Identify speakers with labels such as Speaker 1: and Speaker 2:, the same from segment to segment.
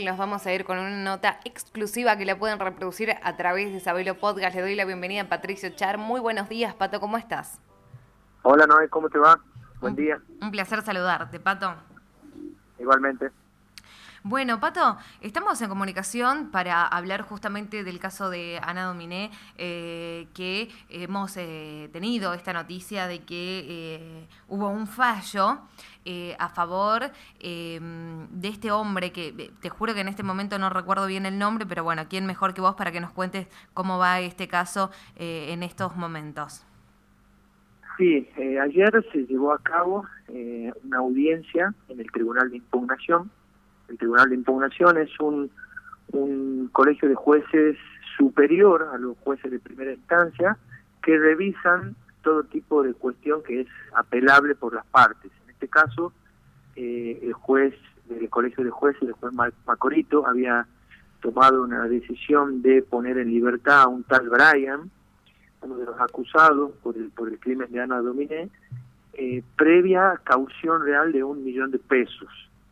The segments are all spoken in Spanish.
Speaker 1: Nos vamos a ir con una nota exclusiva que la pueden reproducir a través de Sabelo Podcast. Le doy la bienvenida a Patricio Char. Muy buenos días, Pato, ¿cómo estás?
Speaker 2: Hola Noé, ¿cómo te va? Buen
Speaker 1: Un,
Speaker 2: día,
Speaker 1: un placer saludarte, Pato.
Speaker 2: igualmente.
Speaker 1: Bueno, Pato, estamos en comunicación para hablar justamente del caso de Ana Dominé, que hemos tenido esta noticia de que hubo un fallo a favor de este hombre, que te juro que en este momento no recuerdo bien el nombre, pero bueno, ¿quién mejor que vos para que nos cuentes cómo va este caso en estos momentos?
Speaker 2: Sí, ayer se llevó a cabo una audiencia en el Tribunal de Impugnación. El Tribunal de Impugnación es un colegio de jueces superior a los jueces de primera instancia que revisan todo tipo de cuestión que es apelable por las partes. En este caso, el juez del colegio de jueces, el juez Macorito, había tomado una decisión de poner en libertad a un tal Brian, uno de los acusados por el crimen de Ana Dominé, previa caución real de $1.000.000.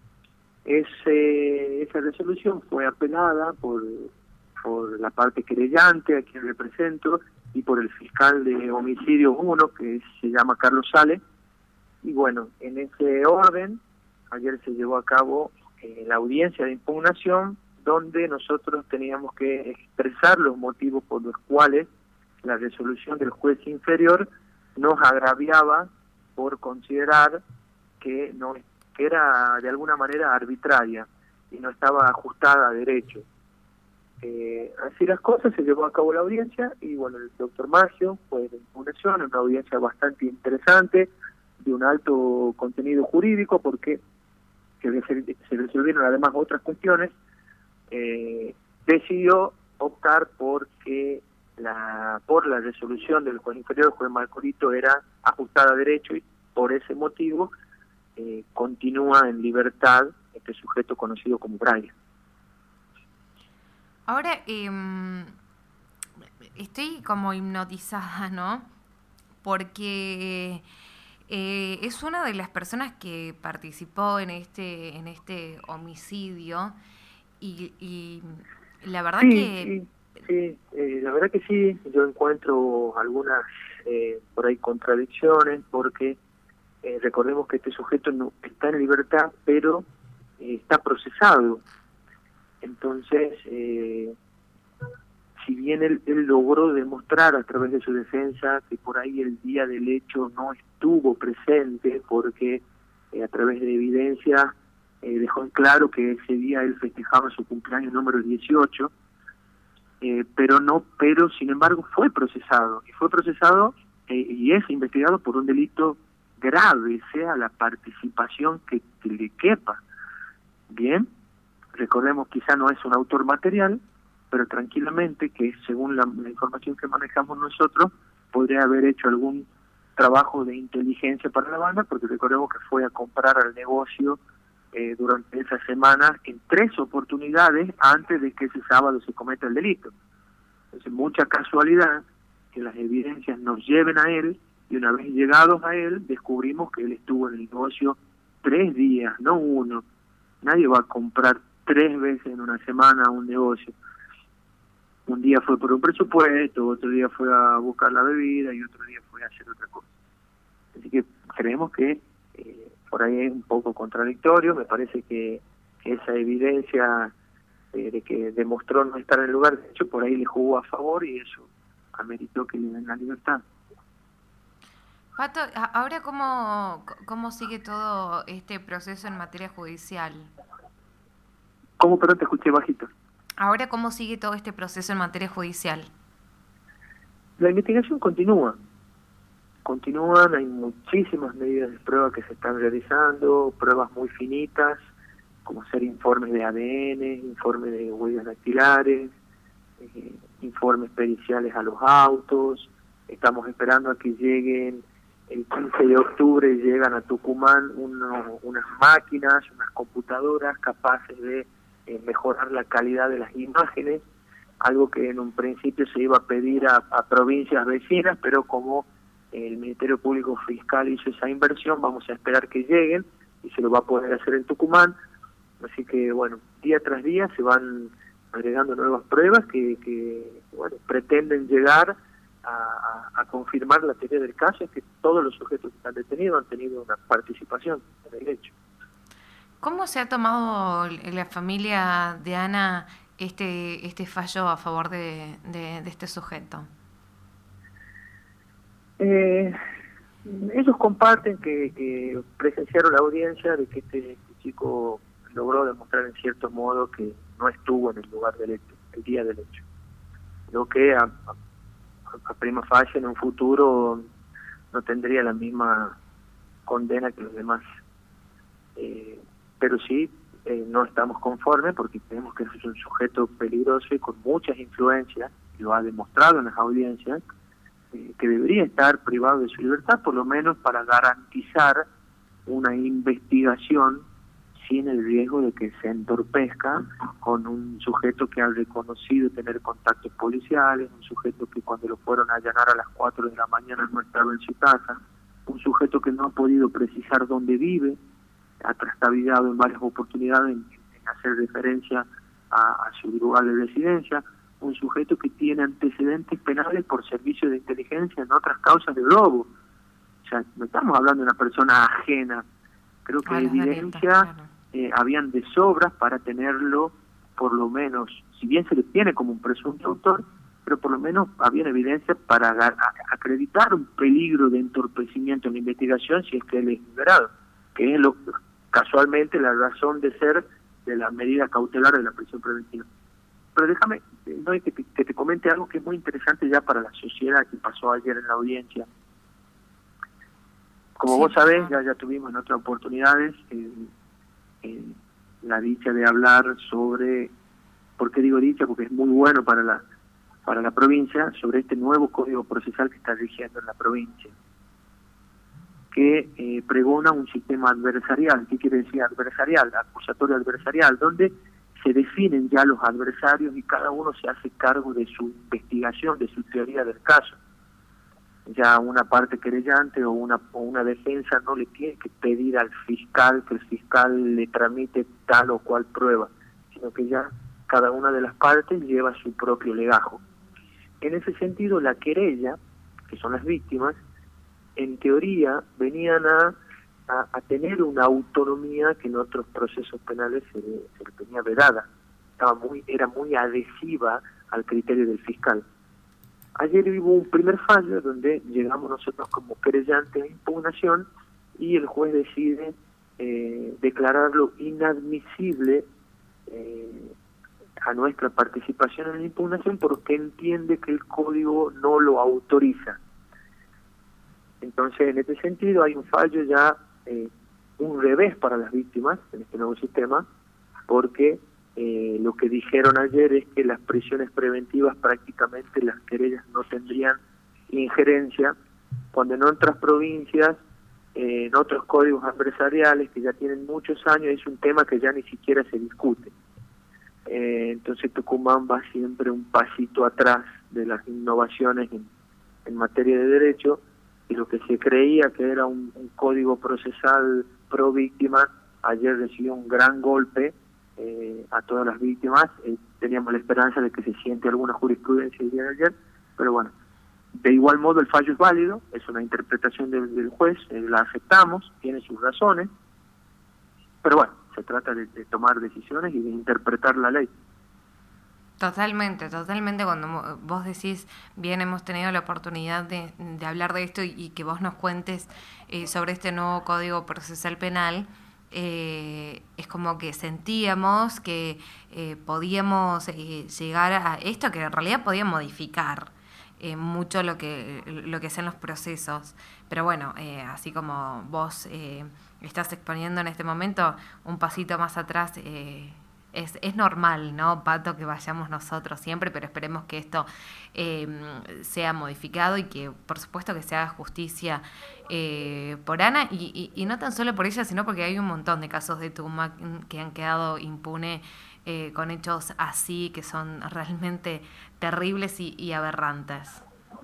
Speaker 2: Esa resolución fue apelada por la parte querellante, a quien represento, y por el fiscal de homicidio 1, que se llama Carlos Sale. Y bueno, en ese orden, ayer se llevó a cabo la audiencia de impugnación, donde nosotros teníamos que expresar los motivos por los cuales la resolución del juez inferior nos agraviaba por considerar que no que era de alguna manera arbitraria y no estaba ajustada a derecho. Así las cosas, se llevó a cabo la audiencia y bueno, el doctor Maggio fue de impugnación, una audiencia bastante interesante, de un alto contenido jurídico, porque se resolvieron además otras cuestiones. Decidió optar por la resolución del juez inferior, el juez Marcorito, era ajustada a derecho, y por ese motivo continúa en libertad este sujeto conocido como Brian.
Speaker 1: Ahora, estoy como hipnotizada, ¿no? Porque es una de las personas que participó en este homicidio y la verdad
Speaker 2: Sí,
Speaker 1: que
Speaker 2: sí, sí, la verdad que sí, yo encuentro algunas por ahí contradicciones, porque recordemos que este sujeto no está en libertad, pero está procesado. Entonces, si bien él logró demostrar a través de su defensa que por ahí el día del hecho no estuvo presente, porque a través de evidencia dejó en claro que ese día él festejaba su cumpleaños número 18, pero sin embargo fue procesado, y es investigado por un delito grave, sea la participación que le quepa. Bien, recordemos, quizá no es un autor material, pero tranquilamente, que según la información que manejamos nosotros, podría haber hecho algún trabajo de inteligencia para la banda, porque recordemos que fue a comprar al negocio durante esa semana en 3 oportunidades antes de que ese sábado se cometa el delito. Entonces, mucha casualidad que las evidencias nos lleven a él, y una vez llegados a él, descubrimos que él estuvo en el negocio 3 días, no uno. Nadie va a comprar 3 veces en una semana un negocio. Un día fue por un presupuesto, otro día fue a buscar la bebida y otro día fue a hacer otra cosa. Así que creemos que por ahí es un poco contradictorio. Me parece que esa evidencia de que demostró no estar en el lugar de hecho, por ahí le jugó a favor, y eso ameritó que le den la libertad.
Speaker 1: Pato, ahora cómo sigue todo este proceso en materia judicial.
Speaker 2: ¿Cómo? Pero te escuché bajito.
Speaker 1: Ahora cómo sigue todo este proceso en materia judicial.
Speaker 2: La investigación continúan, hay muchísimas medidas de prueba que se están realizando, pruebas muy finitas, como hacer informes de ADN, informes de huellas dactilares, informes periciales a los autos. Estamos esperando a que lleguen el 15 de octubre, llegan a Tucumán unas máquinas, unas computadoras capaces de mejorar la calidad de las imágenes, algo que en un principio se iba a pedir a provincias vecinas, pero como el Ministerio Público Fiscal hizo esa inversión, vamos a esperar que lleguen y se lo va a poder hacer en Tucumán. Así que bueno, día tras día se van agregando nuevas pruebas que bueno, pretenden llegar a confirmar la teoría del caso, es que todos los sujetos que están detenidos han tenido una participación en el hecho.
Speaker 1: ¿Cómo se ha tomado la familia de Ana este fallo a favor de este sujeto?
Speaker 2: Ellos comparten que presenciaron la audiencia de que este chico logró demostrar en cierto modo que no estuvo en el lugar del hecho, el día del hecho. Lo que a prima facie en un futuro no tendría la misma condena que los demás. Pero sí, no estamos conformes porque creemos que es un sujeto peligroso y con muchas influencias, y lo ha demostrado en las audiencias, que debería estar privado de su libertad, por lo menos para garantizar una investigación sin el riesgo de que se entorpezca con un sujeto que ha reconocido tener contactos policiales, un sujeto que cuando lo fueron a allanar a las 4 de la mañana no estaba en su casa, un sujeto que no ha podido precisar dónde vive, ha trastabillado en varias oportunidades en hacer referencia a su lugar de residencia, un sujeto que tiene antecedentes penales por servicio de inteligencia en otras causas de robo. O sea, no estamos hablando de una persona ajena. Creo que evidencia habían de sobras para tenerlo, por lo menos, si bien se le tiene como un presunto autor, pero por lo menos había evidencia para acreditar un peligro de entorpecimiento en la investigación si es que él es liberado, que es casualmente la razón de ser de la medida cautelar de la prisión preventiva. Pero déjame que te comente algo que es muy interesante ya para la sociedad que pasó ayer en la audiencia. Como vos sabés, ya tuvimos en otras oportunidades la dicha de hablar sobre, ¿por qué digo dicha? Porque es muy bueno para la provincia, sobre este nuevo código procesal que está rigiendo en la provincia, que pregona un sistema adversarial. ¿Qué quiere decir adversarial? Acusatorio adversarial, donde se definen ya los adversarios y cada uno se hace cargo de su investigación, de su teoría del caso. Ya una parte querellante o una defensa no le tiene que pedir al fiscal que el fiscal le tramite tal o cual prueba, sino que ya cada una de las partes lleva su propio legajo. En ese sentido, la querella, que son las víctimas, en teoría venían a tener una autonomía que en otros procesos penales se le tenía vedada. Era muy adhesiva al criterio del fiscal. Ayer hubo un primer fallo donde llegamos nosotros como querellantes a impugnación y el juez decide declararlo inadmisible a nuestra participación en la impugnación porque entiende que el código no lo autoriza. Entonces, en este sentido, hay un fallo ya, un revés para las víctimas en este nuevo sistema, porque lo que dijeron ayer es que las prisiones preventivas prácticamente las querellas no tendrían injerencia, cuando en otras provincias, en otros códigos adversariales que ya tienen muchos años, es un tema que ya ni siquiera se discute. Entonces Tucumán va siempre un pasito atrás de las innovaciones en materia de derecho, y lo que se creía que era un código procesal pro víctima, ayer recibió un gran golpe a todas las víctimas. Teníamos la esperanza de que se siente alguna jurisprudencia el día de ayer, pero bueno, de igual modo el fallo es válido, es una interpretación del juez, la aceptamos, tiene sus razones, pero bueno, se trata de tomar decisiones y de interpretar la ley.
Speaker 1: Totalmente. Cuando vos decís, bien, hemos tenido la oportunidad de hablar de esto y que vos nos cuentes sobre este nuevo Código Procesal Penal, es como que sentíamos que podíamos llegar a esto, que en realidad podía modificar mucho lo que sean los procesos. Pero bueno, así como vos estás exponiendo en este momento, un pasito más atrás... Es normal, ¿no, Pato, que vayamos nosotros siempre, pero esperemos que esto sea modificado y que, por supuesto, que se haga justicia por Ana y no tan solo por ella, sino porque hay un montón de casos de Tucumán que han quedado impunes con hechos así, que son realmente terribles y aberrantes.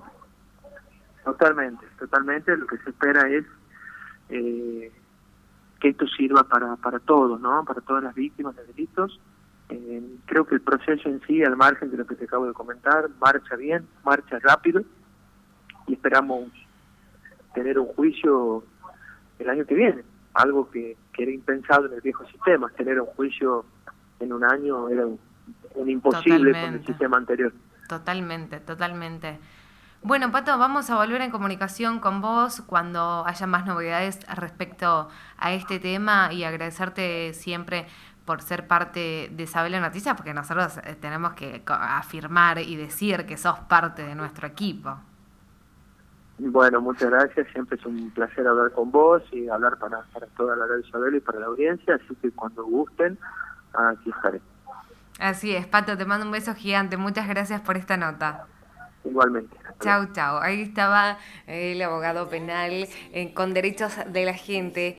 Speaker 2: Totalmente. Lo que se espera es que esto sirva para todos, ¿no? Para todas las víctimas de delitos, Creo que el proceso en sí, al margen de lo que te acabo de comentar, marcha bien, marcha rápido, y esperamos tener un juicio el año que viene, algo que era impensado en el viejo sistema. Tener un juicio en un año era un imposible con el sistema anterior.
Speaker 1: Totalmente, totalmente. Bueno, Pato, vamos a volver en comunicación con vos cuando haya más novedades respecto a este tema, y agradecerte siempre por ser parte de Saber la Noticia, porque nosotros tenemos que afirmar y decir que sos parte de nuestro equipo.
Speaker 2: Bueno, muchas gracias, siempre es un placer hablar con vos y hablar para toda la radio Isabel y para la audiencia, así que cuando gusten, aquí estaré.
Speaker 1: Así es, Pato, te mando un beso gigante, muchas gracias por esta nota.
Speaker 2: Igualmente.
Speaker 1: Chau, chau. Ahí estaba el abogado penal con derechos de la gente.